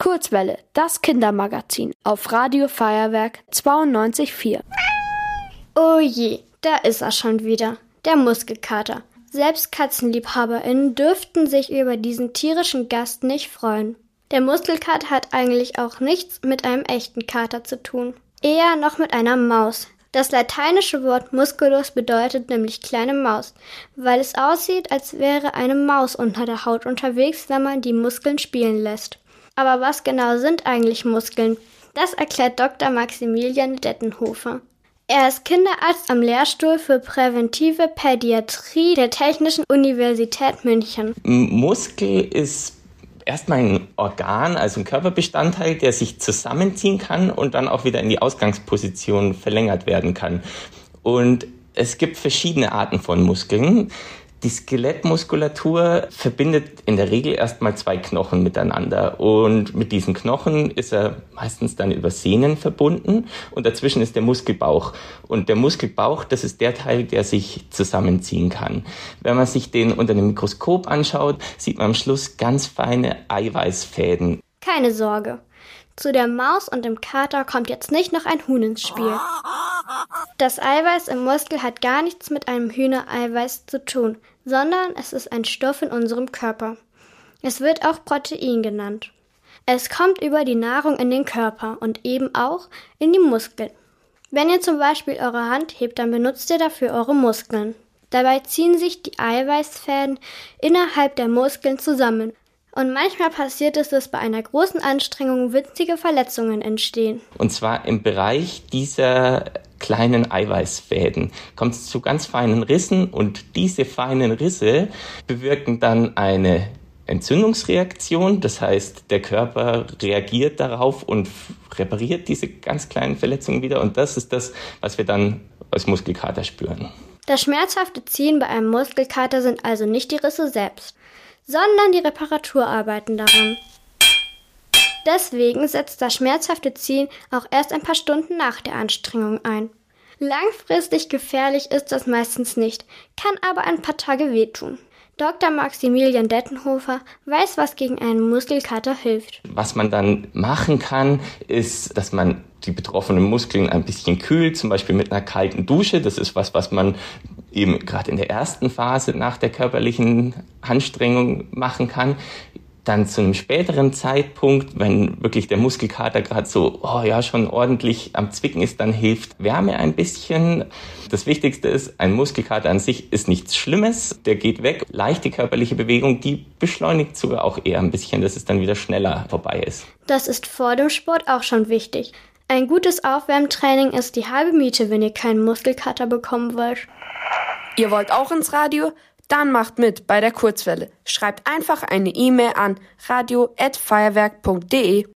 Kurzwelle, das Kindermagazin auf Radio Feuerwerk 92,4. Oh je, da ist er schon wieder, der Muskelkater. Selbst KatzenliebhaberInnen dürften sich über diesen tierischen Gast nicht freuen. Der Muskelkater hat eigentlich auch nichts mit einem echten Kater zu tun. Eher noch mit einer Maus. Das lateinische Wort musculus bedeutet nämlich kleine Maus, weil es aussieht, als wäre eine Maus unter der Haut unterwegs, wenn man die Muskeln spielen lässt. Aber was genau sind eigentlich Muskeln? Das erklärt Dr. Maximilian Dettenhofer. Er ist Kinderarzt am Lehrstuhl für präventive Pädiatrie der Technischen Universität München. Muskel ist erstmal ein Organ, also ein Körperbestandteil, der sich zusammenziehen kann und dann auch wieder in die Ausgangsposition verlängert werden kann. Und es gibt verschiedene Arten von Muskeln. Die Skelettmuskulatur verbindet in der Regel erstmal zwei Knochen miteinander und mit diesen Knochen ist er meistens dann über Sehnen verbunden und dazwischen ist der Muskelbauch. Und der Muskelbauch, das ist der Teil, der sich zusammenziehen kann. Wenn man sich den unter dem Mikroskop anschaut, sieht man am Schluss ganz feine Eiweißfäden. Keine Sorge. Zu der Maus und dem Kater kommt jetzt nicht noch ein Huhn ins Spiel. Das Eiweiß im Muskel hat gar nichts mit einem Hühnereiweiß zu tun, sondern es ist ein Stoff in unserem Körper. Es wird auch Protein genannt. Es kommt über die Nahrung in den Körper und eben auch in die Muskeln. Wenn ihr zum Beispiel eure Hand hebt, dann benutzt ihr dafür eure Muskeln. Dabei ziehen sich die Eiweißfäden innerhalb der Muskeln zusammen. Und manchmal passiert es, dass bei einer großen Anstrengung winzige Verletzungen entstehen. Und zwar im Bereich dieser kleinen Eiweißfäden kommt es zu ganz feinen Rissen und diese feinen Risse bewirken dann eine Entzündungsreaktion. Das heißt, der Körper reagiert darauf und repariert diese ganz kleinen Verletzungen wieder. Und das ist das, was wir dann als Muskelkater spüren. Das schmerzhafte Ziehen bei einem Muskelkater sind also nicht die Risse selbst, sondern die Reparaturarbeiten daran. Deswegen setzt das schmerzhafte Ziehen auch erst ein paar Stunden nach der Anstrengung ein. Langfristig gefährlich ist das meistens nicht, kann aber ein paar Tage wehtun. Dr. Maximilian Dettenhofer weiß, was gegen einen Muskelkater hilft. Was man dann machen kann, ist, dass man die betroffenen Muskeln ein bisschen kühlt, zum Beispiel mit einer kalten Dusche. Das ist was man eben gerade in der ersten Phase nach der körperlichen Anstrengung machen kann. Dann zu einem späteren Zeitpunkt, wenn wirklich der Muskelkater gerade so schon ordentlich am Zwicken ist, dann hilft Wärme ein bisschen. Das Wichtigste ist, ein Muskelkater an sich ist nichts Schlimmes, der geht weg. Leichte körperliche Bewegung, die beschleunigt sogar auch eher ein bisschen, dass es dann wieder schneller vorbei ist. Das ist vor dem Sport auch schon wichtig. Ein gutes Aufwärmtraining ist die halbe Miete, wenn ihr keinen Muskelkater bekommen wollt. Ihr wollt auch ins Radio? Dann macht mit bei der Kurzwelle. Schreibt einfach eine E-Mail an radio@feuerwerk.de.